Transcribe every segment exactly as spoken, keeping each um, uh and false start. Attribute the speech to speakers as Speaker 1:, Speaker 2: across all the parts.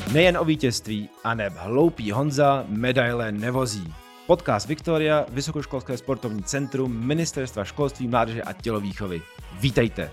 Speaker 1: Nejen o vítězství, aneb hloupý Honza medaile nevozí. Podcast Viktoria, Vysokoškolské sportovní centrum Ministerstva školství, mládeže a tělovýchovy. Vítejte!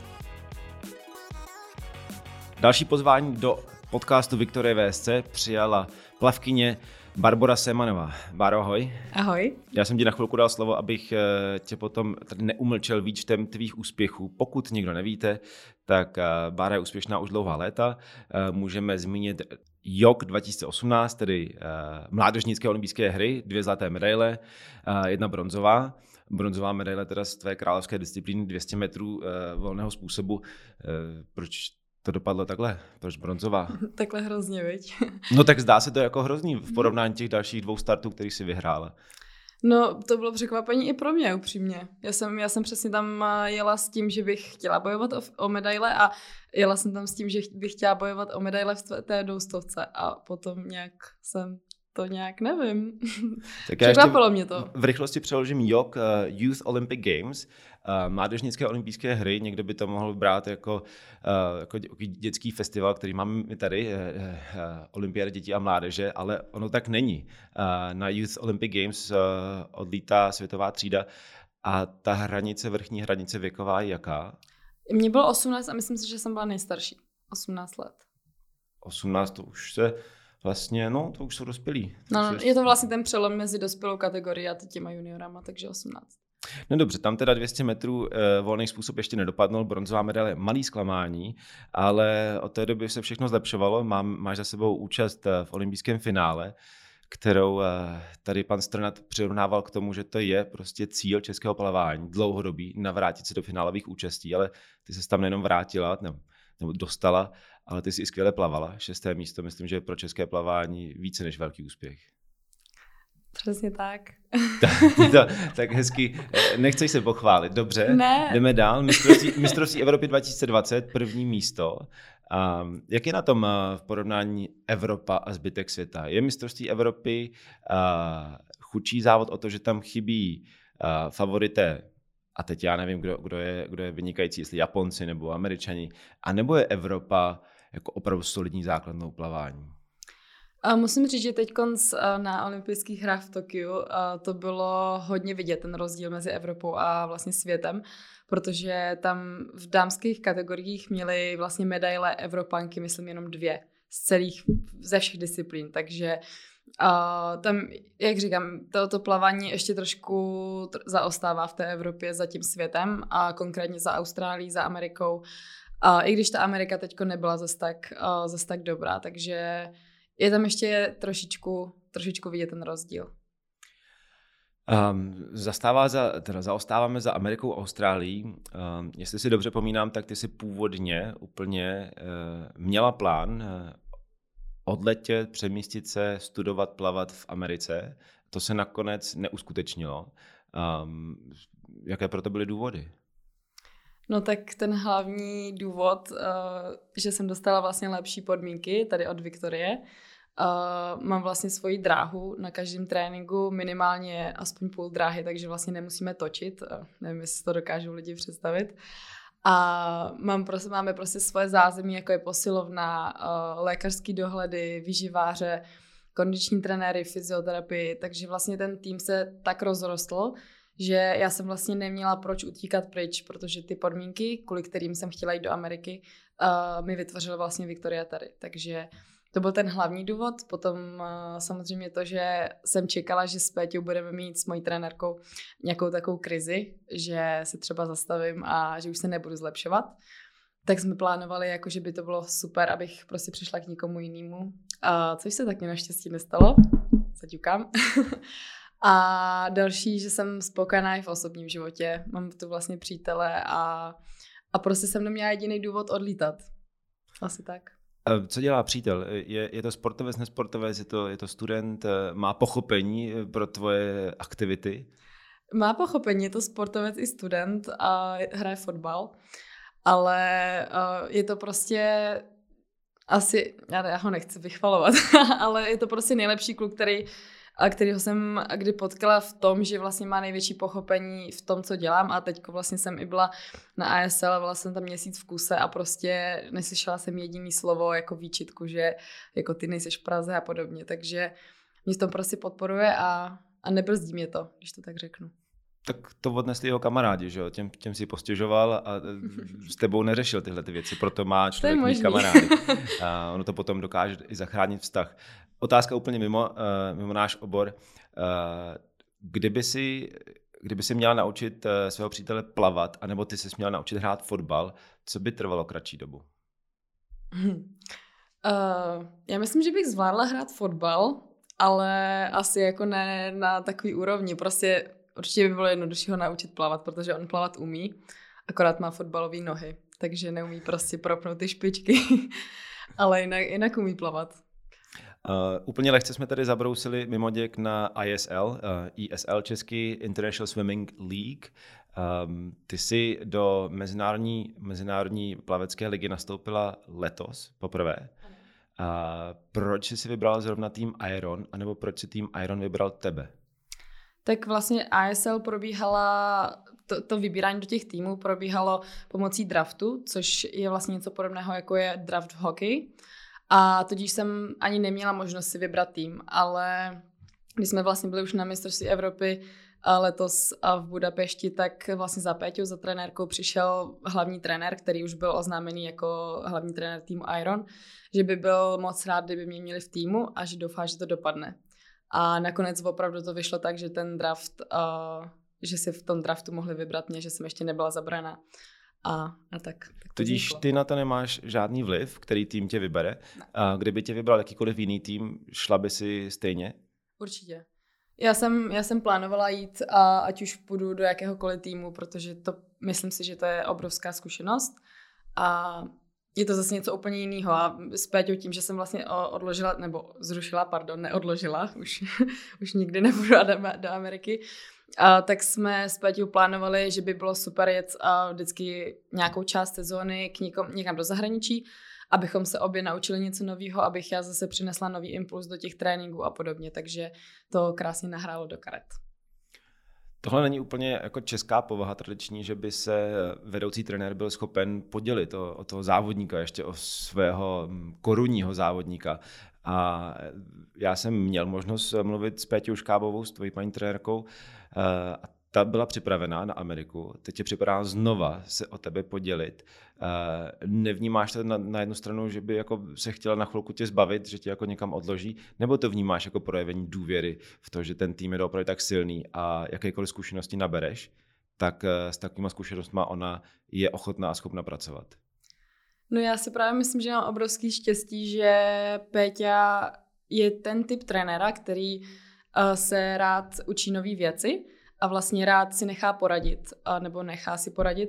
Speaker 1: Další pozvání do podcastu Viktorie V S C přijala plavkyně Barbora Semanová. Báro, ahoj.
Speaker 2: Ahoj.
Speaker 1: Já jsem ti na chvilku dal slovo, abych tě potom tady neumlčel výčtem tvých úspěchů. Pokud někdo nevíte, tak Bára je úspěšná už dlouhá léta. Můžeme zmínit J O K dva tisíce osmnáct, tedy mládežnické olympijské hry, dvě zlaté medaile, jedna bronzová. Bronzová medaile teda z tvé královské disciplíny dvě stě metrů volného způsobu. Proč to dopadlo takhle? Proč bronzová?
Speaker 2: Takhle hrozně, viď?
Speaker 1: No tak zdá se to jako hrozný v porovnání těch dalších dvou startů, který si vyhrála.
Speaker 2: No, to bylo překvapení i pro mě, upřímně. Já jsem, já jsem přesně tam jela s tím, že bych chtěla bojovat o, o medaile a jela jsem tam s tím, že bych chtěla bojovat o medaile v té dvoustovce a potom nějak jsem to nějak nevím.
Speaker 1: Tak
Speaker 2: Překvapilo mě to.
Speaker 1: V rychlosti přeložím J O K, uh, Youth Olympic Games, uh, mládežnické olympijské hry. Někdo by to mohl brát jako, uh, jako dětský festival, který máme my tady, uh, uh, Olympiáda dětí a mládeže, ale ono tak není. Uh, na Youth Olympic Games uh, odlítá světová třída a ta hranice, vrchní hranice věková je jaká?
Speaker 2: Mně bylo osmnáct a myslím si, že jsem byla nejstarší. osmnáct let.
Speaker 1: osmnáct to už se... Vlastně, no, to už jsou dospělí.
Speaker 2: No, no, je to vlastně ten přelom mezi dospělou kategorií a těma juniorama, takže osmnáct.
Speaker 1: No dobře, tam teda dvě stě metrů eh, volný způsob ještě nedopadnul, bronzová medaile, malý zklamání, ale od té doby se všechno zlepšovalo. Mám, máš za sebou účast v olympijském finále, kterou eh, tady pan Strnad přirovnával k tomu, že to je prostě cíl českého plavání, dlouhodobý, navrátit se do finálových účastí, ale ty se tam nejenom vrátila, nebo, nebo dostala, ale ty jsi i skvěle plavala. Šesté místo, myslím, že je pro české plavání více než velký úspěch.
Speaker 2: Přesně tak.
Speaker 1: to, tak hezky. Nechceš se pochválit. Dobře,
Speaker 2: ne.
Speaker 1: Jdeme dál. Mistrovství, mistrovství Evropy dva tisíce dvacet, první místo. Um, jak je na tom uh, v porovnání Evropa a zbytek světa? Je mistrovství Evropy uh, chudší závod o to, že tam chybí uh, favorité, a teď já nevím, kdo, kdo, je, kdo je vynikající, jestli Japonci nebo Američani, a nebo je Evropa jako opravdu solidní základnou plavání?
Speaker 2: A musím říct, že teď na olympijských hrách v Tokiu to bylo hodně vidět, ten rozdíl mezi Evropou a vlastně světem, protože tam v dámských kategoriích měly vlastně medaile Evropanky, myslím jenom dvě z celých, ze všech disciplín, takže a tam, jak říkám, toto plavání ještě trošku zaostává v té Evropě za tím světem a konkrétně za Austrálií, za Amerikou. A i když ta Amerika teďko nebyla zas tak, zas tak dobrá, takže je tam ještě trošičku, trošičku vidět ten rozdíl.
Speaker 1: Um, zastává za, teda zaostáváme za Amerikou a Austrálií. Um, jestli si dobře pomínám, tak ty si původně úplně uh, měla plán uh, odletět, přemístit se, studovat, plavat v Americe. To se nakonec neuskutečnilo. Um, jaké proto byly důvody?
Speaker 2: No tak ten hlavní důvod, uh, že jsem dostala vlastně lepší podmínky tady od Viktorie. Uh, mám vlastně svoji dráhu na každém tréninku, minimálně aspoň půl dráhy, takže vlastně nemusíme točit. Uh, nevím, jestli to dokážou lidi představit. A mám prostě, máme prostě svoje zázemí, jako je posilovna, uh, lékařský dohledy, výživáře, kondiční trenéry, fyzioterapii, takže vlastně ten tým se tak rozrostl, že já jsem vlastně neměla proč utíkat pryč, protože ty podmínky, kvůli kterým jsem chtěla jít do Ameriky, uh, mi vytvořila vlastně Viktoria tady. Takže to byl ten hlavní důvod. Potom uh, samozřejmě to, že jsem čekala, že s Péťou budeme mít s mojí trenérkou nějakou takovou krizi, že se třeba zastavím a že už se nebudu zlepšovat. Tak jsme plánovali, jako, že by to bylo super, abych prostě přišla k někomu jinému. Uh, což se taky naštěstí nestalo. Zaťukám. A další, že jsem spokojená i v osobním životě. Mám tu vlastně přítele a, a prostě jsem neměla jediný důvod odlítat. Asi tak.
Speaker 1: Co dělá přítel? Je, je to sportovec, nesportovec, je to, je to student? Má pochopení pro tvoje aktivity?
Speaker 2: Má pochopení, je to sportovec i student a hraje fotbal. Ale uh, je to prostě asi, já, já ho nechci vychvalovat, ale je to prostě nejlepší kluk, který a kterýho jsem kdy potkala v tom, že vlastně má největší pochopení v tom, co dělám a teďko vlastně jsem i byla na A S L, byla jsem tam měsíc v kuse a prostě neslyšela jsem jediný slovo jako výčitku, že jako ty nejseš v Praze a podobně, takže mě to prostě podporuje a, a nebrzdí mě to, když to tak řeknu.
Speaker 1: Tak to odnesli jeho kamarádi, že jo? Těm, těm si postěžoval a s tebou neřešil tyhle ty věci, proto má člověk mít kamarády. A ono to potom dokáže i zachránit vztah. Otázka úplně mimo, uh, mimo náš obor. Uh, kdyby si, kdyby si měla naučit uh, svého přítele plavat, anebo ty jsi měla naučit hrát fotbal, co by trvalo kratší dobu?
Speaker 2: Hmm. Uh, já myslím, že bych zvládla hrát fotbal, ale asi jako ne na takový úrovni. Prostě určitě by bylo jednodušší ho naučit plavat, protože on plavat umí, akorát má fotbalové nohy, takže neumí prostě propnout ty špičky, ale jinak, jinak umí plavat.
Speaker 1: Uh, úplně lehce jsme tady zabrousili mimoděk na I S L, uh, I S L český International Swimming League. Um, ty jsi do mezinárodní, mezinárodní plavecké ligy nastoupila letos poprvé. A proč jsi si vybrala zrovna tým Iron, anebo proč si tým Iron vybral tebe?
Speaker 2: Tak vlastně I S L probíhala, to, to vybírání do těch týmů probíhalo pomocí draftu, což je vlastně něco podobného, jako je draft v hokeji. A tudíž jsem ani neměla možnost si vybrat tým, ale když jsme vlastně byli už na mistrovství Evropy letos v Budapešti, tak vlastně za Péťou, za trenérkou přišel hlavní trenér, který už byl oznámený jako hlavní trenér týmu Iron, že by byl moc rád, kdyby mě měli v týmu a že doufá, že to dopadne. A nakonec opravdu to vyšlo tak, že ten draft, uh, že si v tom draftu mohli vybrat mě, že jsem ještě nebyla zabraná. A, a tak, tak
Speaker 1: Tudíž vzniklo. Ty na to nemáš žádný vliv, který tým tě vybere. Ne. A kdyby tě vybral jakýkoliv jiný tým, šla by si stejně?
Speaker 2: Určitě. Já jsem, já jsem plánovala jít, a ať už půjdu do jakéhokoliv týmu, protože to, myslím si, že to je obrovská zkušenost. A je to zase něco úplně jiného. A s Péťou tím, že jsem vlastně odložila, nebo zrušila, pardon, neodložila, už, už nikdy nebudu do Ameriky, a tak jsme s Péťou plánovali, že by bylo super jet a vždycky nějakou část sezóny k někom, někam do zahraničí, abychom se obě naučili něco nového, abych já zase přinesla nový impuls do těch tréninků a podobně, takže to krásně nahrálo do karet.
Speaker 1: Tohle není úplně jako česká povaha tradiční, že by se vedoucí trenér byl schopen podělit o, o toho závodníka, ještě o svého korunního závodníka. A já jsem měl možnost mluvit s Péťou Škábovou, s tvojí paní trenérkou, a ta byla připravená na Ameriku. Teď je připravená znova se o tebe podělit. Nevnímáš to na, na jednu stranu, že by jako se chtěla na chvilku tě zbavit, že tě jako někam odloží, nebo to vnímáš jako projevení důvěry v to, že ten tým je opravdu tak silný a jakékoliv zkušenosti nabereš, tak s takovýma zkušenostmi ona je ochotná a schopna pracovat?
Speaker 2: No já si právě myslím, že mám obrovský štěstí, že Péťa je ten typ trenéra, který uh, se rád učí nové věci a vlastně rád si nechá poradit, uh, nebo nechá si poradit.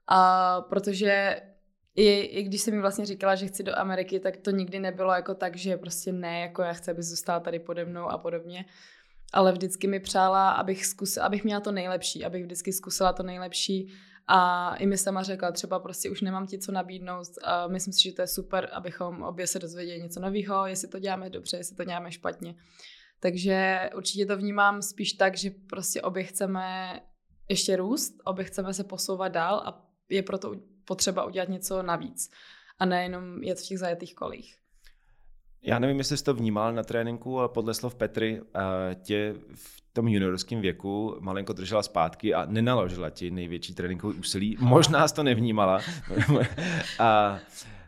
Speaker 2: A protože i, i když jsem mi vlastně říkala, že chci do Ameriky, tak to nikdy nebylo jako tak, že prostě ne, jako já chci, aby zůstala tady pode mnou a podobně. Ale vždycky mi přála, abych, zkusila, abych měla to nejlepší, abych vždycky zkusila to nejlepší. A i mi sama řekla, třeba prostě už nemám ti co nabídnout a myslím si, že to je super, abychom obě se dozvěděli něco nového, jestli to děláme dobře, jestli to děláme špatně. Takže určitě to vnímám spíš tak, že prostě obě chceme ještě růst, obě chceme se posouvat dál a je proto potřeba udělat něco navíc a nejenom jet v těch zajetých kolích.
Speaker 1: Já nevím, jestli jsi to vnímal na tréninku, ale podle slov Petry tě v tom juniorském věku malinko držela zpátky a nenaložila ti největší tréninkový úsilí. Možná jsi to nevnímala. a, a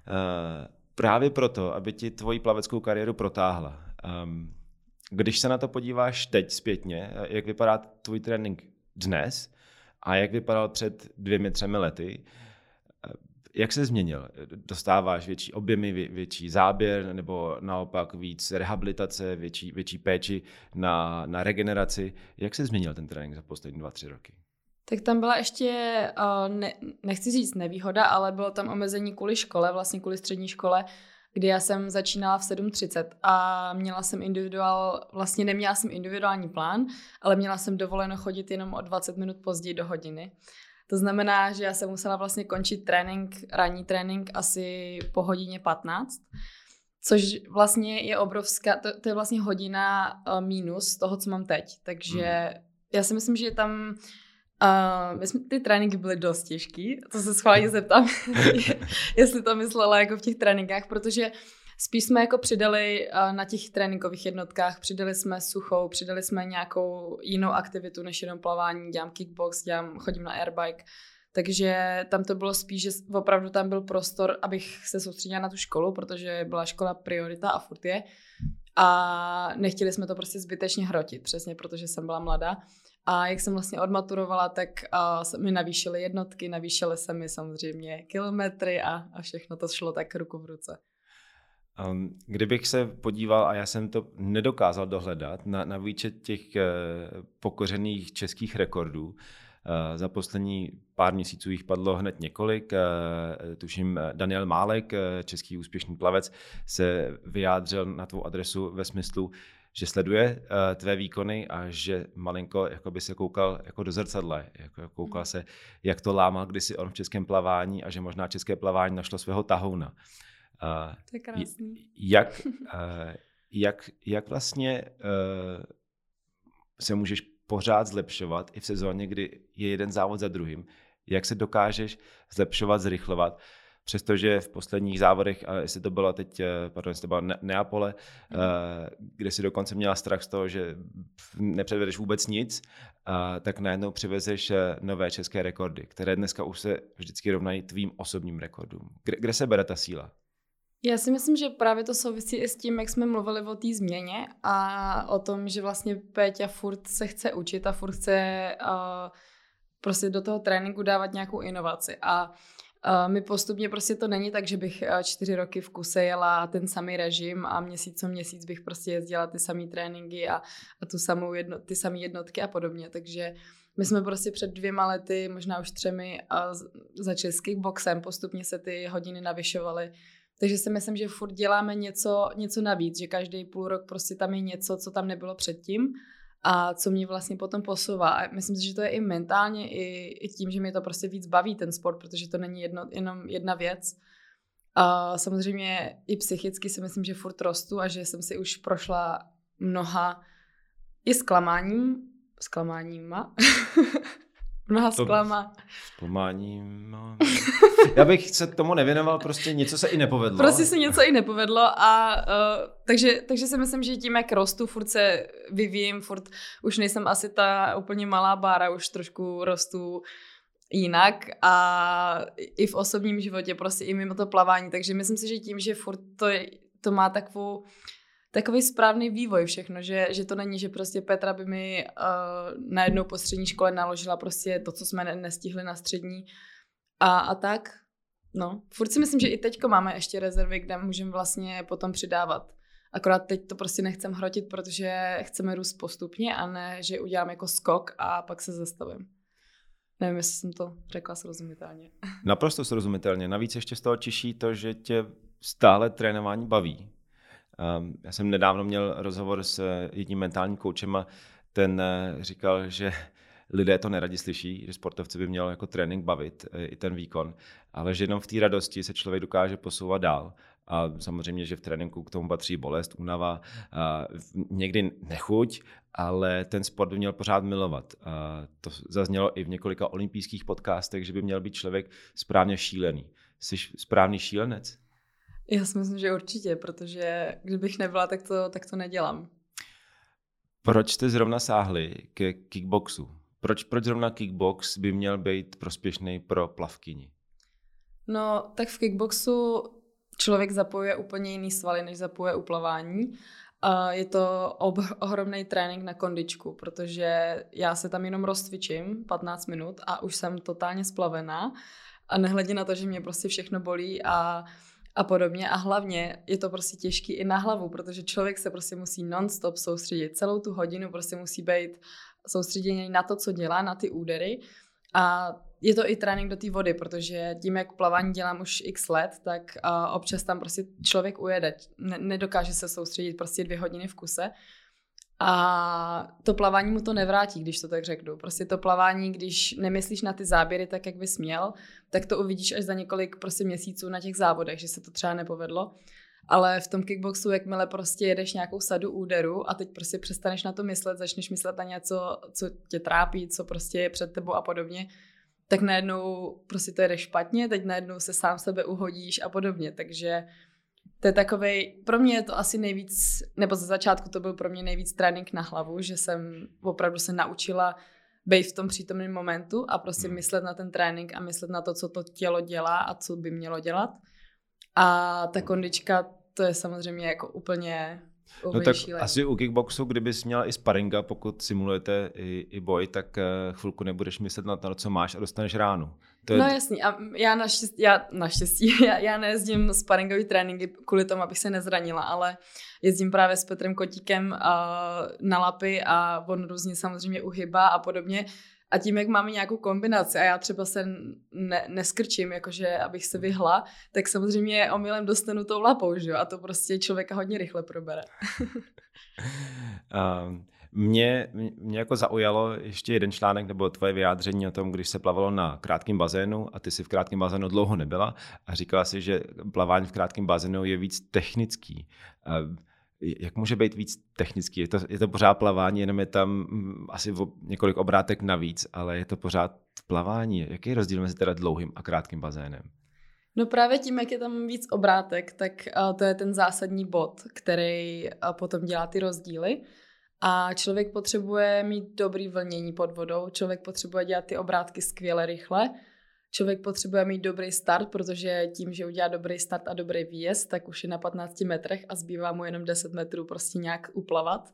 Speaker 1: právě proto, aby ti tvoji plaveckou kariéru protáhla. Um, když se na to podíváš teď zpětně, jak vypadá tvůj trénink dnes a jak vypadal před dvěmi, třemi lety, jak se změnil? Dostáváš větší objemy, vě, větší záběr nebo naopak víc rehabilitace, větší, větší péči na, na regeneraci? Jak se změnil ten trénink za poslední dva, tři roky?
Speaker 2: Tak tam byla ještě, ne, nechci říct nevýhoda, ale bylo tam omezení kvůli škole, vlastně kvůli střední škole, kdy já jsem začínala v sedm třicet a měla jsem individuál, vlastně neměla jsem individuální plán, ale měla jsem dovoleno chodit jenom o dvacet minut později do hodiny. To znamená, že já jsem musela vlastně končit trénink, ranní trénink asi po hodině patnáct. Což vlastně je obrovská, to, to je vlastně hodina uh, mínus toho, co mám teď. Takže mm. já si myslím, že tam uh, my jsme, ty tréninky byly dost těžký. To se schválně zeptám, jestli to myslela jako v těch tréninkách, protože spíš jsme jako přidali uh, na těch tréninkových jednotkách, přidali jsme suchou, přidali jsme nějakou jinou aktivitu než jenom plavání, dělám kickbox, dělám, chodím na airbike. Takže tam to bylo spíš, že opravdu tam byl prostor, abych se soustředila na tu školu, protože byla škola priorita a furt je. A nechtěli jsme to prostě zbytečně hrotit, přesně protože jsem byla mladá. A jak jsem vlastně odmaturovala, tak uh, mi navýšily jednotky, navýšily se mi samozřejmě kilometry a, a všechno to šlo tak ruku v ruce.
Speaker 1: Um, kdybych se podíval, a já jsem to nedokázal dohledat, na, na výčet těch uh, pokořených českých rekordů, uh, za poslední pár měsíců jich padlo hned několik. Uh, tuším, Daniel Málek, uh, český úspěšný plavec, se vyjádřil na tvou adresu ve smyslu, že sleduje uh, tvé výkony a že malinko jako by se koukal jako do zrcadla, jako koukal se, jak to lámal kdysi on v českém plavání a že možná české plavání našlo svého tahouna. Uh,
Speaker 2: to je krásný.
Speaker 1: Jak, uh, jak, jak vlastně uh, se můžeš pořád zlepšovat i v sezóně, kdy je jeden závod za druhým? Jak se dokážeš zlepšovat, zrychlovat? Přestože v posledních závodech, a jestli to bylo teď, pardon, jestli to bylo Neapole, mm. uh, kde si dokonce měla strach z toho, že nepředvedeš vůbec nic, uh, tak najednou přivezeš nové české rekordy, které dneska už se vždycky rovnají tvým osobním rekordům. Kde, kde se bere ta síla?
Speaker 2: Já si myslím, že právě to souvisí i s tím, jak jsme mluvili o té změně a o tom, že vlastně Péťa furt se chce učit a furt chce uh, prostě do toho tréninku dávat nějakou inovaci. A uh, my postupně prostě to není tak, že bych uh, čtyři roky v kuse jela ten samý režim a měsíc co měsíc bych prostě jezdila ty samý tréninky a, a tu samou jedno, ty samé jednotky a podobně. Takže my jsme prostě před dvěma lety, možná už třemi, uh, začali s kickboxem, postupně se ty hodiny navyšovaly. Takže si myslím, že furt děláme něco, něco navíc, že každý půl rok prostě tam je něco, co tam nebylo předtím a co mě vlastně potom posouvá. A myslím si, že to je i mentálně, i, i tím, že mě to prostě víc baví ten sport, protože to není jedno, jenom jedna věc. A samozřejmě i psychicky si myslím, že furt rostu a že jsem si už prošla mnoha i zklamáním, zklamáníma, mnoha zklama.
Speaker 1: Zklamáním, no. Já bych se tomu nevěnoval, prostě něco se i nepovedlo.
Speaker 2: Prostě se něco i nepovedlo a uh, takže, takže si myslím, že tím, jak rostu, furt se vyvíjím, furt už nejsem asi ta úplně malá Bára, už trošku rostu jinak a i v osobním životě, prostě i mimo to plavání, takže myslím si, že tím, že furt to, to má takovou takový správný vývoj všechno, že, že to není, že prostě Petra by mi uh, na jednou po střední škole naložila prostě to, co jsme nestihli na střední a, a tak. No, furt si myslím, že i teďko máme ještě rezervy, kde můžeme vlastně potom přidávat. Akorát teď to prostě nechcem hrotit, protože chceme růst postupně a ne, že udělám jako skok a pak se zastavím. Nevím, jestli jsem to řekla srozumitelně.
Speaker 1: Naprosto srozumitelně. Navíc ještě z toho těší to, že tě stále trénování baví. Um, já jsem nedávno měl rozhovor s jedním mentálním koučem a ten uh, říkal, že lidé to neradi slyší, že sportovci by měl jako trénink bavit, i ten výkon, ale že jenom v té radosti se člověk dokáže posouvat dál. A samozřejmě, že v tréninku k tomu patří bolest, únava, a někdy nechuť, ale ten sport by měl pořád milovat. A to zaznělo i v několika olympijských podcastech, že by měl být člověk správně šílený. Jsi správný šílenec?
Speaker 2: Já si myslím, že určitě, protože kdybych nebyla, tak to, tak to nedělám.
Speaker 1: Proč jste zrovna sáhli ke kickboxu? Proč, proč zrovna kickbox by měl být prospěšný pro plavkyni?
Speaker 2: No, tak v kickboxu člověk zapojuje úplně jiný svaly, než zapojuje u plavání. A je to ob- ohromný trénink na kondičku, protože já se tam jenom rozcvičím patnáct minut a už jsem totálně splavená a nehledě na to, že mě prostě všechno bolí a a podobně a hlavně je to prostě těžký i na hlavu, protože člověk se prostě musí non-stop soustředit. Celou tu hodinu prostě musí být soustředěný na to, co dělá, na ty údery a je to i trénink do té vody, protože tím, jak plavání dělám už x let, tak uh, občas tam prostě člověk ujede, ne- nedokáže se soustředit prostě dvě hodiny v kuse a to plavání mu to nevrátí, když to tak řeknu. Prostě to plavání, když nemyslíš na ty záběry tak, jak bys měl, tak to uvidíš až za několik prostě měsíců na těch závodech, že se to třeba nepovedlo. Ale v tom kickboxu, jakmile prostě jedeš nějakou sadu úderů a teď prostě přestaneš na to myslet, začneš myslet na něco, co tě trápí, co prostě je před tebou a podobně, tak najednou prostě to jede špatně, teď najednou se sám sebe uhodíš a podobně, takže to je takovej, pro mě je to asi nejvíc, nebo ze začátku to byl pro mě nejvíc trénink na hlavu, že jsem opravdu se naučila být v tom přítomném momentu a prostě hmm. myslet na ten trénink a myslet na to, co to tělo dělá a co by mělo dělat. A ta kondička, to je samozřejmě jako úplně...
Speaker 1: No tak šílený. Asi u kickboxu, kdybys měla i sparinga, pokud simulujete i, i boj, tak chvilku nebudeš myslet na to, co máš a dostaneš ránu. To je...
Speaker 2: No jasný, a já naštěstí, já, naštěstí, já, já nejezdím sparingový tréninky kvůli tomu, abych se nezranila, ale jezdím právě s Petrem Kotíkem uh, na lapy a on různě samozřejmě uhybá a podobně. A tím, jak máme nějakou kombinaci a já třeba se ne, neskrčím, jakože abych se vyhla, tak samozřejmě omylem dostanu tou lapou, že jo? A to prostě člověka hodně rychle probere.
Speaker 1: um, mě, mě jako zaujalo ještě jeden článek nebo tvoje vyjádření o tom, když se plavalo na krátkém bazénu a ty si v krátkém bazénu dlouho nebyla a říkala si, že plavání v krátkém bazénu je víc technický. Um, Jak může být víc technický? Je to, je to pořád plavání, jenom je tam asi několik obrátek navíc, ale je to pořád plavání. Jaký je rozdíl mezi teda dlouhým a krátkým bazénem?
Speaker 2: No právě tím, jak je tam víc obrátek, tak uh, to je ten zásadní bod, který uh, potom dělá ty rozdíly. A člověk potřebuje mít dobrý vlnění pod vodou, člověk potřebuje dělat ty obrátky skvěle rychle, člověk potřebuje mít dobrý start, protože tím, že udělá dobrý start a dobrý výjezd, tak už je na patnácti metrech a zbývá mu jenom deset metrů prostě nějak uplavat.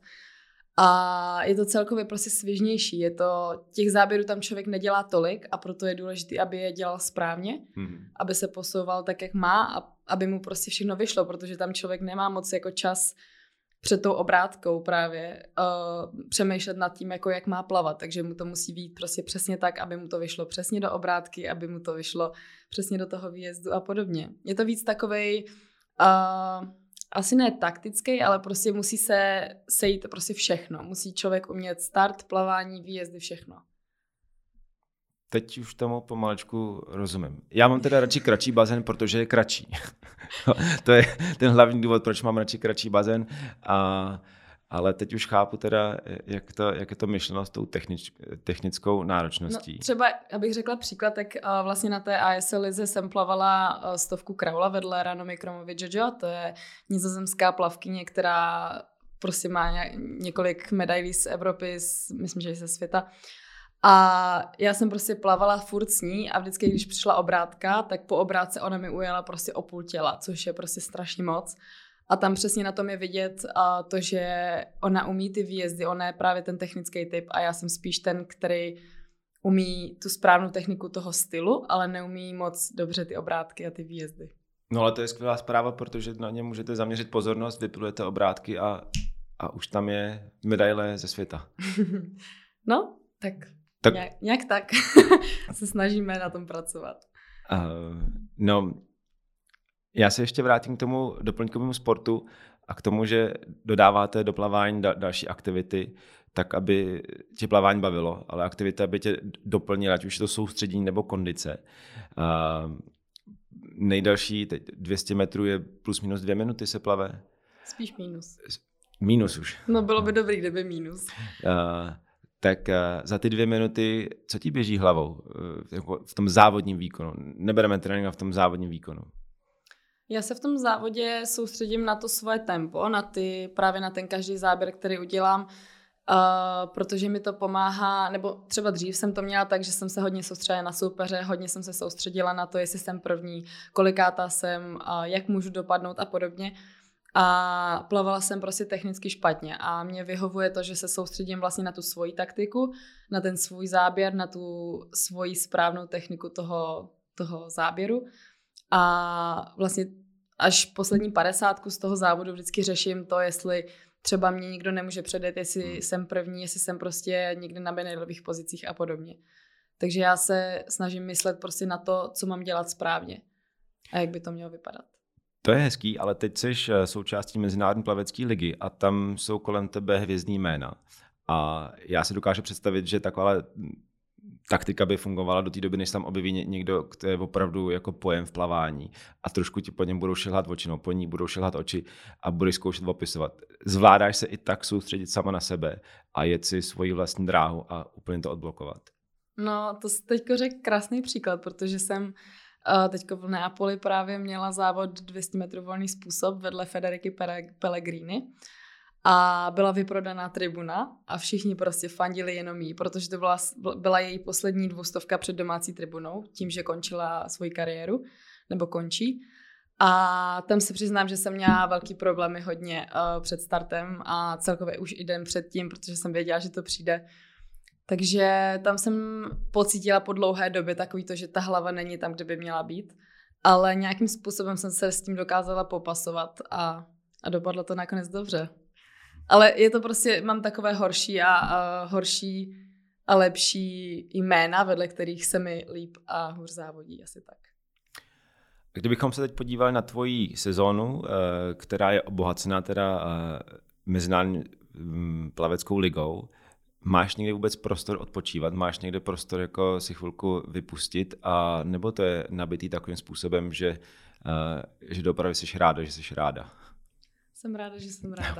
Speaker 2: A je to celkově prostě svižnější. Je to, těch záběrů tam člověk nedělá tolik a proto je důležité, aby je dělal správně, hmm. aby se posouval tak, jak má a aby mu prostě všechno vyšlo, protože tam člověk nemá moc jako čas před tou obrátkou právě uh, přemýšlet nad tím, jako jak má plavat, takže mu to musí být prostě přesně tak, aby mu to vyšlo přesně do obrátky, aby mu to vyšlo přesně do toho výjezdu a podobně. Je to víc takovej, uh, asi ne taktický, ale prostě musí se sejít prostě všechno. Musí člověk umět start, plavání, výjezdy, všechno.
Speaker 1: Teď už tomu pomalečku rozumím. Já mám teda radši kratší bazén, protože je kratší. To je ten hlavní důvod, proč mám radši kratší bazén. A, ale teď už chápu teda, jak, to, jak je to myšleno s tou technič, technickou náročností.
Speaker 2: No, třeba, abych řekla příklad, tak uh, vlastně na té A S L lize jsem plavala uh, stovku kraula vedle Ranomy Kromovic-Jojo. To je nizozemská plavkyně, která prostě má několik medailí z Evropy, z, myslím, že i ze světa. A já jsem prostě plavala furt s ní a vždycky, když přišla obrátka, tak po obrátce ona mi ujela prostě o půl těla, což je prostě strašně moc. A tam přesně na tom je vidět a to, že ona umí ty výjezdy, ona je právě ten technický typ a já jsem spíš ten, který umí tu správnou techniku toho stylu, ale neumí moc dobře ty obrátky a ty výjezdy.
Speaker 1: No ale to je skvělá zpráva, protože na ně můžete zaměřit pozornost, vyplujete obrátky a, a už tam je medaile ze světa.
Speaker 2: No, tak... Tak. Nějak, nějak tak se snažíme na tom pracovat.
Speaker 1: Uh, no, já se ještě vrátím k tomu doplňkovému sportu a k tomu, že dodáváte do plavání da- další aktivity, tak aby tě plavání bavilo, ale aktivita, aby tě doplnila, ať už je to soustředění nebo kondice. Uh, nejdelší, teď dvě stě metrů je plus minus dvě minuty se plave?
Speaker 2: Spíš minus.
Speaker 1: Minus už.
Speaker 2: No bylo by dobrý, kdyby minus.
Speaker 1: Uh, tak za ty dvě minuty, co ti běží hlavou v tom závodním výkonu? Nebereme trénink, a v tom závodním výkonu.
Speaker 2: Já se v tom závodě soustředím na to svoje tempo, na ty, právě na ten každý záběr, který udělám, uh, protože mi to pomáhá, nebo třeba dřív jsem to měla tak, že jsem se hodně soustředila na soupeře, hodně jsem se soustředila na to, jestli jsem první, kolikátá jsem, uh, jak můžu dopadnout a podobně. A plavala jsem prostě technicky špatně a mě vyhovuje to, že se soustředím vlastně na tu svoji taktiku, na ten svůj záběr, na tu svoji správnou techniku toho, toho záběru a vlastně až poslední padesátku z toho závodu vždycky řeším to, jestli třeba mě nikdo nemůže předjet, jestli jsem první, jestli jsem prostě někde na medailových pozicích a podobně. Takže já se snažím myslet prostě na to, co mám dělat správně a jak by to mělo vypadat.
Speaker 1: To je hezký, ale teď jsi součástí Mezinárodní plavecké ligy a tam jsou kolem tebe hvězdní jména. A já si dokážu představit, že taková taktika by fungovala do té doby, než tam objeví někdo, kdo je opravdu jako pojem v plavání a trošku ti po něm budou šilhat oči, no po ní budou šilhat oči a budeš zkoušet opisovat. Zvládáš se i tak soustředit sama na sebe a jet si svoji vlastní dráhu a úplně to odblokovat?
Speaker 2: No, to jsi teďko řekl krásný příklad, protože jsem uh, teďko v Neapoli právě měla závod dvě stě metrů volný způsob vedle Federiky Pellegrini a byla vyprodaná tribuna a všichni prostě fandili jenom jí, protože to byla, byla její poslední dvoustovka před domácí tribunou, tím, že končila svoji kariéru, nebo končí. A tam se přiznám, že jsem měla velký problémy hodně uh, před startem a celkově už i den předtím, protože jsem věděla, že to přijde. Takže tam jsem pocítila po dlouhé době takový to, že ta hlava není tam, kde by měla být, ale nějakým způsobem jsem se s tím dokázala popasovat a, a dopadlo to nakonec dobře. Ale je to prostě, mám takové horší a, a horší a lepší jména, vedle kterých se mi líp a hůř závodí, asi tak.
Speaker 1: Kdybychom se teď podívali na tvoji sezónu, která je obohacená teda mezinárodní plaveckou ligou, máš někde vůbec prostor odpočívat? Máš někde prostor jako si chvilku vypustit? A nebo to je nabitý takovým způsobem, že, že dopravy jsi ráda, že jsi ráda?
Speaker 2: Jsem ráda, že jsem ráda.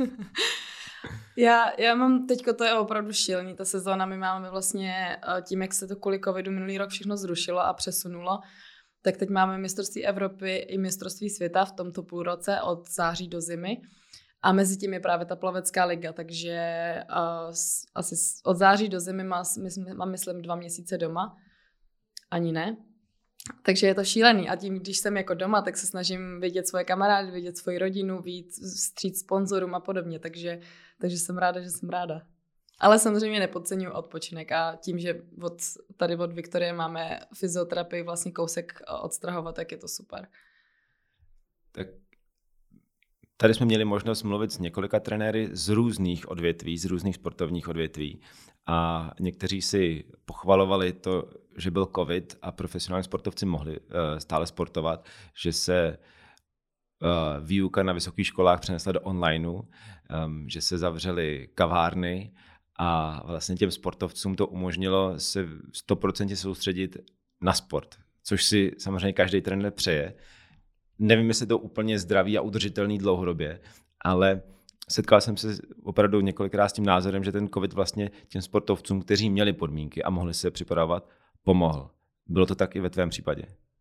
Speaker 2: já, já mám, teďko to je opravdu šílený, ta sezóna, my máme vlastně tím, jak se to kvůli covidu minulý rok všechno zrušilo a přesunulo, tak teď máme mistrovství Evropy i mistrovství světa v tomto půlroce od září do zimy. A mezi tím je právě ta plavecká liga, takže uh, asi od září do zimy mám, mám, myslím, dva měsíce doma. Ani ne. Takže je to šílený. A tím, když jsem jako doma, tak se snažím vidět svoje kamarády, vidět svoji rodinu, víc vstříc sponzorům a podobně. Takže, takže jsem ráda, že jsem ráda. Ale samozřejmě nepodceňuji odpočinek a tím, že od, tady od Viktorie máme fyzioterapii vlastně kousek odstrahovat, tak je to super.
Speaker 1: Tak tady jsme měli možnost mluvit s několika trenéry z různých odvětví, z různých sportovních odvětví a někteří si pochvalovali to, že byl covid a profesionální sportovci mohli uh, stále sportovat, že se uh, výuka na vysokých školách přenesla do onlineu, um, že se zavřely kavárny a vlastně těm sportovcům to umožnilo se sto procent soustředit na sport, což si samozřejmě každý trenér přeje. Nevím, jestli to úplně zdravý a udržitelný dlouhodobě, ale setkal jsem se opravdu několikrát s tím názorem, že ten covid vlastně těm sportovcům, kteří měli podmínky a mohli se připravovat, pomohl. Bylo to tak i ve tvém případě?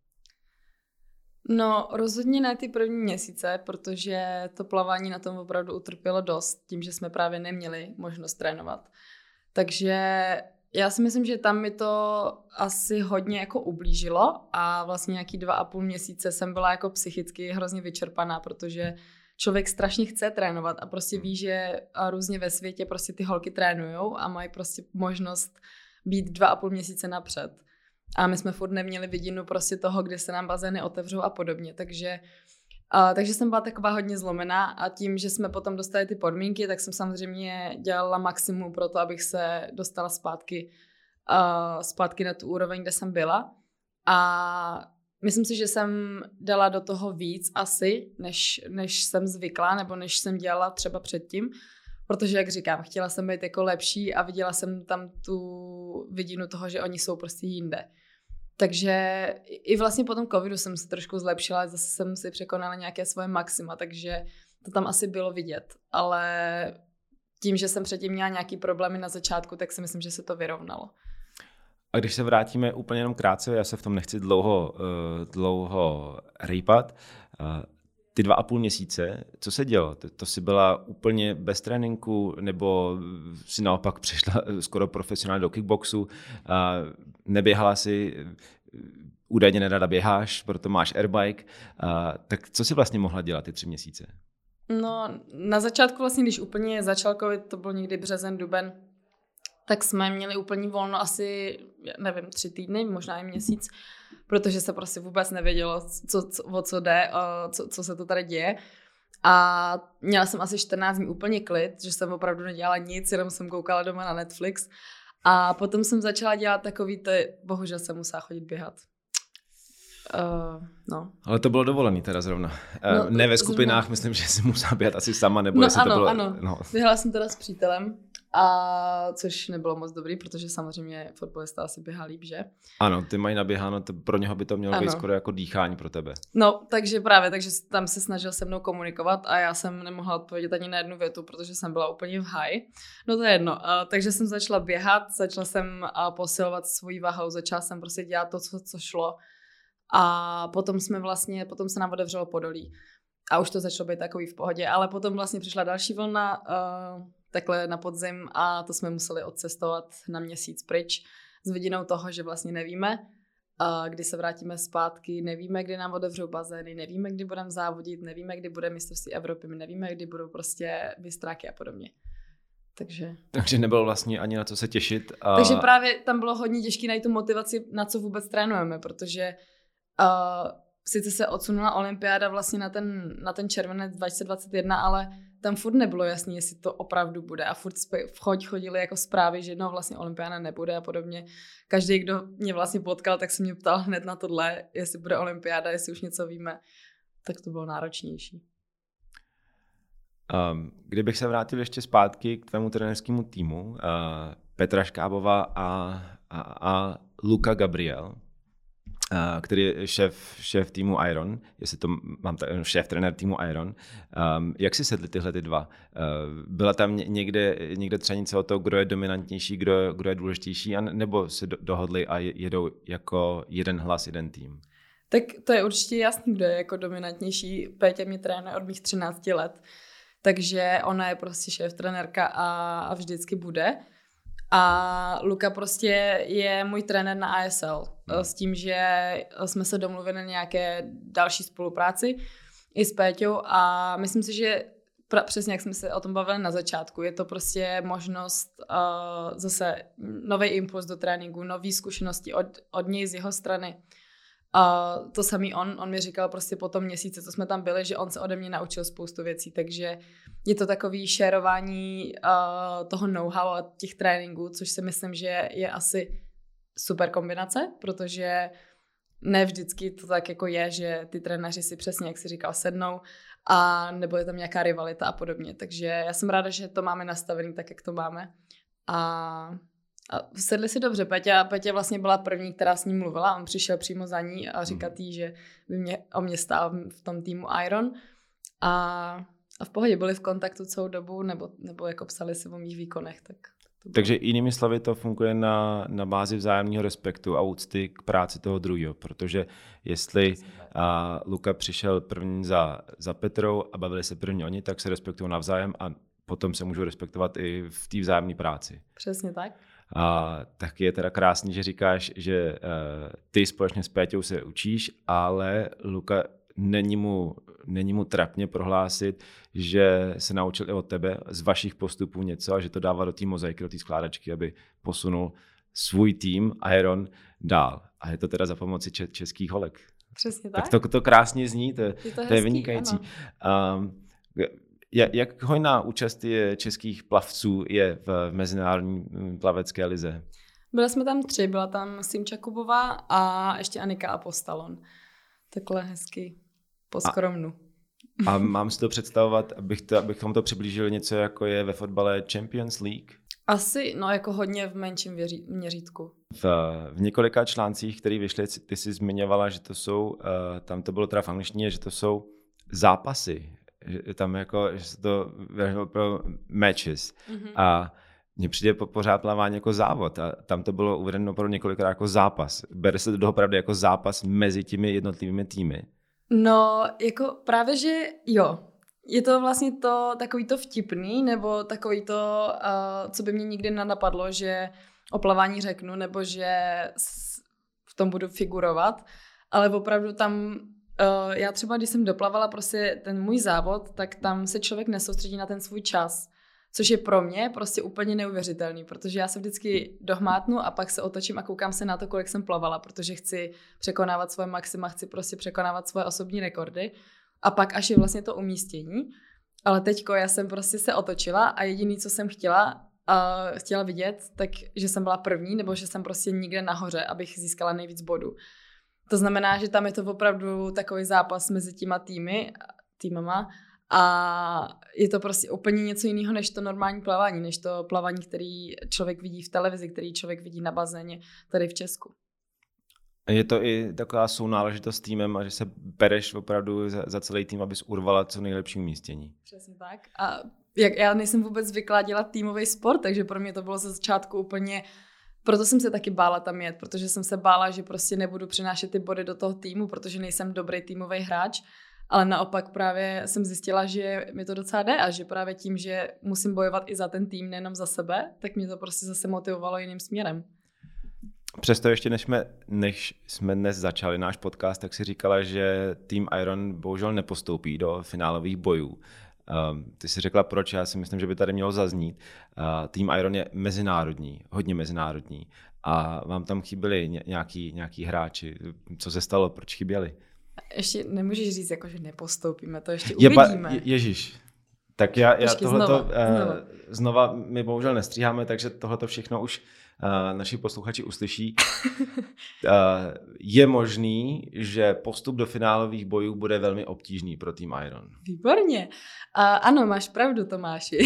Speaker 2: No, rozhodně ne ty první měsíce, protože to plavání na tom opravdu utrpělo dost, tím, že jsme právě neměli možnost trénovat. Takže já si myslím, že tam mi to asi hodně jako ublížilo a vlastně nějaký dva a půl měsíce jsem byla jako psychicky hrozně vyčerpaná, protože člověk strašně chce trénovat a prostě ví, že různě ve světě prostě ty holky trénujou a mají prostě možnost být dva a půl měsíce napřed. A my jsme furt neměli vidinu prostě toho, kde se nám bazény otevřou a podobně, takže A, takže jsem byla taková hodně zlomená a tím, že jsme potom dostali ty podmínky, tak jsem samozřejmě dělala maximum pro to, abych se dostala zpátky, uh, zpátky na tu úroveň, kde jsem byla. A myslím si, že jsem dala do toho víc asi, než, než jsem zvykla, nebo než jsem dělala třeba předtím, protože, jak říkám, chtěla jsem být jako lepší a viděla jsem tam tu vidinu toho, že oni jsou prostě jinde. Takže i vlastně po tom covidu jsem se trošku zlepšila, zase jsem si překonala nějaké svoje maxima, takže to tam asi bylo vidět. Ale tím, že jsem předtím měla nějaký problémy na začátku, tak si myslím, že se to vyrovnalo.
Speaker 1: A když se vrátíme úplně jenom krátce, já se v tom nechci dlouho, dlouho rejpat, ty dva a půl měsíce, co se dělo? To jsi byla úplně bez tréninku, nebo si naopak přišla skoro profesionálně do kickboxu, neběhala si, údajně nerada běháš, proto máš airbike, tak co jsi vlastně mohla dělat ty tři měsíce?
Speaker 2: No, na začátku vlastně, když úplně začal covid, to byl někdy březen, duben, tak jsme měli úplně volno asi, nevím, tři týdny, možná i měsíc, protože se prostě vůbec nevědělo, co, co, o co jde, co, co se to tady děje. A měla jsem asi čtrnáct dní úplně klid, že jsem opravdu nedělala nic, jenom jsem koukala doma na Netflix. A potom jsem začala dělat takový, to bohužel jsem musela chodit běhat. Uh, no.
Speaker 1: Ale to bylo dovolený teda zrovna. Uh,
Speaker 2: no,
Speaker 1: ne ve skupinách,
Speaker 2: zrovna.
Speaker 1: Myslím, že si musela běhat asi sama, nebo
Speaker 2: no,
Speaker 1: jestli
Speaker 2: ano,
Speaker 1: to bylo...
Speaker 2: ano,
Speaker 1: No.
Speaker 2: běhala jsem teda s přítelem A což nebylo moc dobrý, protože samozřejmě fotbalista asi běhá líp, že?
Speaker 1: Ano, ty mají naběháno, to pro něho by to mělo být skoro jako dýchání pro tebe.
Speaker 2: No, takže právě, takže tam se snažil se mnou komunikovat a já jsem nemohla odpovědět ani na jednu větu, protože jsem byla úplně v high. No to je jedno. Uh, takže jsem začala běhat, začala jsem uh, posilovat svoji váhou, začala jsem prostě dělat to, co, co šlo. A potom jsme vlastně, potom se nám otevřelo Podolí. A už to začalo být takový v pohodě, ale potom vlastně přišla další vlna, uh, takhle na podzim a to jsme museli odcestovat na měsíc pryč s vidinou toho, že vlastně nevíme, uh, kdy se vrátíme zpátky, nevíme, kdy nám otevřou bazény, nevíme, kdy budeme závodit, nevíme, kdy bude mistrovství Evropy, my nevíme, kdy budou prostě bystráky a podobně. Takže...
Speaker 1: Takže nebylo vlastně ani na co se těšit. A...
Speaker 2: Takže právě tam bylo hodně těžké najít tu motivaci, na co vůbec trénujeme, protože uh, sice se odsunula olympiáda vlastně na ten, na ten červenec dva tisíce dvacet jedna, ale tam furt nebylo jasný, jestli to opravdu bude a furt vchod chodili jako zprávy, že no vlastně olympiáda nebude a podobně. Každý, kdo mě vlastně potkal, tak se mě ptal hned na tohle, jestli bude olympiáda, jestli už něco víme, tak to bylo náročnější.
Speaker 1: Um, kdybych se vrátil ještě zpátky k tvému trenérskému týmu, uh, Petra Škábová a, a, a Luka Gabriel, Uh, který je šéf, šéf týmu Iron, jestli to mám tak, šéf trenér týmu Iron. Um, jak si sedli tyhle ty dva? Uh, byla tam někde, někde třenice o to, kdo je dominantnější, kdo, kdo je důležitější, a nebo se do, dohodli a jedou jako jeden hlas, jeden tým?
Speaker 2: Tak to je určitě jasný, kdo je jako dominantnější. Pétě mě trénuje od mých třinácti let, takže ona je prostě šéf trenérka a, a vždycky bude. A Luka prostě je můj trenér na A S L hmm. s tím, že jsme se domluvili na nějaké další spolupráci i s Péťou a myslím si, že pra, přesně jak jsme se o tom bavili na začátku, je to prostě možnost uh, zase nový impuls do tréninku, nový zkušenosti od, od něj z jeho strany. A to samý on, on mi říkal prostě po tom měsíci, co jsme tam byli, že on se ode mě naučil spoustu věcí, takže je to takový šerování uh, toho know-how a těch tréninků, což si myslím, že je asi super kombinace, protože ne vždycky to tak jako je, že ty trenéři si přesně, jak si říkal, sednou a nebo je tam nějaká rivalita a podobně, takže já jsem ráda, že to máme nastavený tak, jak to máme a A sedli si dobře. Peťa, Peťa vlastně byla první, která s ním mluvila. On přišel přímo za ní a říkat jí, že by mě, o mě stál v tom týmu Iron. A, a v pohodě byli v kontaktu celou dobu, nebo, nebo jako psali si o mých výkonech. Tak
Speaker 1: Takže jinými slovy to funguje na, na bázi vzájemného respektu a úcty k práci toho druhého, protože jestli a Luka přišel první za, za Petrou a bavili se první oni, tak se respektují navzájem a potom se můžou respektovat i v té vzájemné práci.
Speaker 2: Přesně tak.
Speaker 1: A taky je teda krásný, že říkáš, že uh, ty společně s Péťou se učíš, ale Luka není mu, není mu trapně prohlásit, že se naučil i od tebe z vašich postupů něco a že to dává do té mozaiky, do té skládačky, aby posunul svůj tým Iron dál. A je to teda za pomoci če- českých holek.
Speaker 2: Přesně tak.
Speaker 1: Tak to, to krásně zní, to je,
Speaker 2: je, to
Speaker 1: to je vynikající. Um, Jak hojná účast je českých plavců je v mezinárodní plavecké lize?
Speaker 2: Byli jsme tam tři, byla tam Simča Kubová a ještě Anika Apostolon. Takhle hezky po skromnu.
Speaker 1: A, a mám si to představovat, abych to, abychom to přiblížili něco, jako je ve fotbale Champions League?
Speaker 2: Asi, no jako hodně v menším věří, měřítku.
Speaker 1: V, v několika článcích, které vyšly, ty jsi zmiňovala, že to jsou, uh, tam to bylo teda v angličtině, že to jsou zápasy. Že tam jako, že se to pro matches. Mm-hmm. A mně přijde po, pořád plavání jako závod a tam to bylo uvedeno pro několikrát jako zápas. Bere se to doopravdy jako zápas mezi těmi jednotlivými týmy?
Speaker 2: No, jako právě, že jo. Je to vlastně to takový to vtipný, nebo takový to, uh, co by mě nikdy nenapadlo, že o plavání řeknu, nebo že v tom budu figurovat, ale opravdu tam Uh, já třeba, když jsem doplavala prostě ten můj závod, tak tam se člověk nesoustředí na ten svůj čas, což je pro mě prostě úplně neuvěřitelný, protože já se vždycky dohmátnu a pak se otočím a koukám se na to, kolik jsem plavala, protože chci překonávat svoje maxima, chci prostě překonávat svoje osobní rekordy a pak až je vlastně to umístění, ale teďko já jsem prostě se otočila a jediný, co jsem chtěla, uh, chtěla vidět, tak že jsem byla první, nebo že jsem prostě nikde nahoře, abych získala nejvíc bodů. To znamená, že tam je to opravdu takový zápas mezi těma týmy, týmama A je to prostě úplně něco jiného než to normální plavání, než to plavání, který člověk vidí v televizi, který člověk vidí na bazéně tady v Česku.
Speaker 1: Je to i taková sounáležitost s týmem a že se bereš opravdu za, za celý tým, abys urvala co nejlepší umístění.
Speaker 2: Přesně tak. A jak, já nejsem vůbec zvyklá dělat týmový sport, takže pro mě to bylo ze začátku úplně... Proto jsem se taky bála tam jet, protože jsem se bála, že prostě nebudu přinášet ty body do toho týmu, protože nejsem dobrý týmový hráč, ale naopak právě jsem zjistila, že mi to docela jde a že právě tím, že musím bojovat i za ten tým, nejenom za sebe, tak mě to prostě zase motivovalo jiným směrem.
Speaker 1: Přesto ještě než jsme, než jsme dnes začali náš podcast, tak si říkala, že tým Iron bohužel nepostoupí do finálových bojů. Um, ty si řekla proč, já si myslím, že by tady mělo zaznít. Uh, tým Iron je mezinárodní, hodně mezinárodní a vám tam chyběli ně, nějaký, nějaký hráči. Co se stalo, proč chyběli?
Speaker 2: Ještě nemůžeš říct, jako, že nepostoupíme, to ještě
Speaker 1: je
Speaker 2: uvidíme.
Speaker 1: Je, ježíš, tak já, já tohleto
Speaker 2: znova, uh, znova.
Speaker 1: znova my bohužel nestříháme, takže tohleto všechno už uh, naši posluchači uslyší. uh, je možný, že postup do finálových bojů bude velmi obtížný pro tým Iron.
Speaker 2: Výborně. Uh, ano, máš pravdu, Tomáši.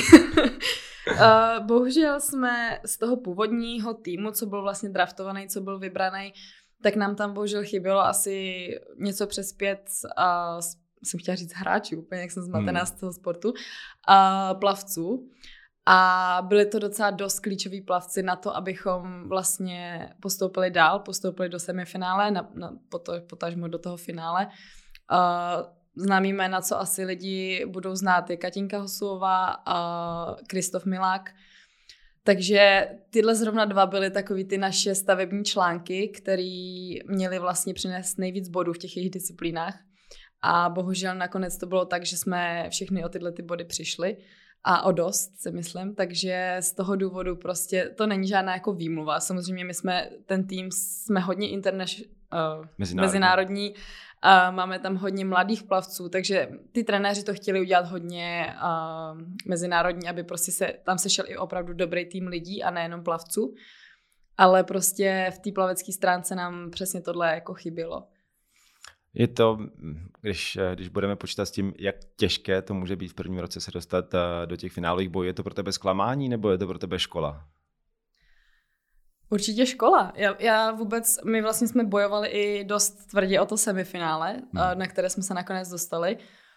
Speaker 2: uh, bohužel jsme z toho původního týmu, co byl vlastně draftovaný, co byl vybraný, tak nám tam bohužel chybělo asi něco přes pět, uh, jsem chtěla říct hráčů, úplně jak jsem zmatená hmm. z toho sportu, uh, plavců. A byli to docela dost klíčoví plavci na to, abychom vlastně postoupili dál, postoupili do semifinále, na, na, potažmo do toho finále. Uh, známý jména, co asi lidi budou znát, je Katinka Hosuová a Kristof Milák. Takže tyhle zrovna dva byly takový ty naše stavební články, který měly vlastně přinést nejvíc bodů v těch jejich disciplínách. A bohužel nakonec to bylo tak, že jsme všechny o tyhle ty body přišli. A o dost, si myslím, takže z toho důvodu prostě to není žádná jako výmluva. Samozřejmě my jsme, ten tým jsme hodně internež, uh, mezinárodní, mezinárodní uh, máme tam hodně mladých plavců, takže ty trenéři to chtěli udělat hodně uh, mezinárodní, aby prostě se tam sešel i opravdu dobrý tým lidí a nejenom plavců, ale prostě v té plavecké stránce nám přesně tohle jako chybělo.
Speaker 1: Je to, když, když budeme počítat s tím, jak těžké to může být v prvním roce se dostat do těch finálových bojů, je to pro tebe zklamání nebo je to pro tebe škola?
Speaker 2: Určitě škola. Já, já vůbec, my vlastně jsme bojovali i dost tvrdě o to semifinále, hmm. na které jsme se nakonec dostali.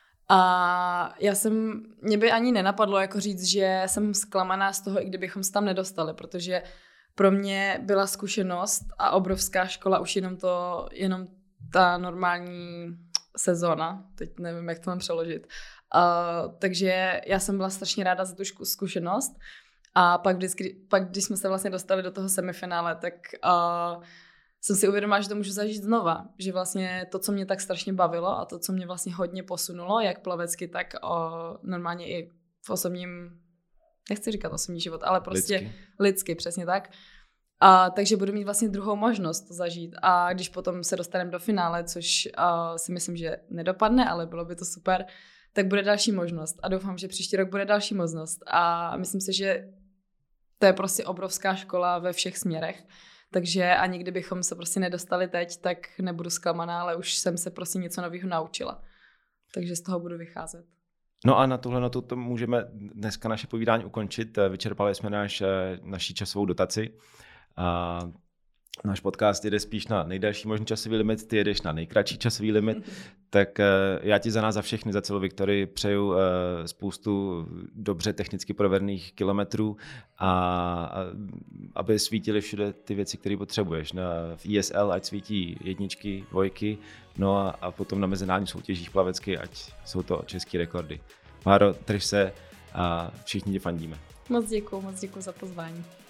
Speaker 2: A já jsem, mě by ani nenapadlo jako říct, že jsem zklamaná z toho, i kdybychom se tam nedostali, protože pro mě byla zkušenost a obrovská škola už jenom to, jenom ta normální sezóna, teď nevím, jak to mám přeložit. Uh, takže já jsem byla strašně ráda za tu zkušenost a pak, vždycky, pak když jsme se vlastně dostali do toho semifinále, tak uh, jsem si uvědomila, že to můžu zažít znova. Že vlastně to, co mě tak strašně bavilo a to, co mě vlastně hodně posunulo, jak plavecky, tak uh, normálně i v osobním, nechci říkat osobní život, ale prostě lidsky, lidsky přesně tak. A, takže budu mít vlastně druhou možnost to zažít. A když potom se dostaneme do finále, což uh, si myslím, že nedopadne, ale bylo by to super, tak bude další možnost. A doufám, že příští rok bude další možnost. A myslím si, že to je prostě obrovská škola ve všech směrech. Takže ani kdybychom se prostě nedostali teď, tak nebudu zklamaná, ale už jsem se prostě něco nového naučila. Takže z toho budu vycházet.
Speaker 1: No a na tuhle notu to můžeme dneska naše povídání ukončit. Vyčerpali jsme náš, naší časovou dotaci. A náš podcast jede spíš na nejdelší možný časový limit, ty jedeš na nejkratší časový limit, tak já ti za nás, za všechny, za celou Viktorii přeju spoustu dobře technicky provedených kilometrů a aby svítily všude ty věci, které potřebuješ. V I S L ať svítí jedničky, dvojky, no a, a potom na mezinárodních soutěžích plavecky, ať jsou to české rekordy. Máro, drž se a všichni tě fandíme.
Speaker 2: Moc děkuju, moc děkuju za pozvání.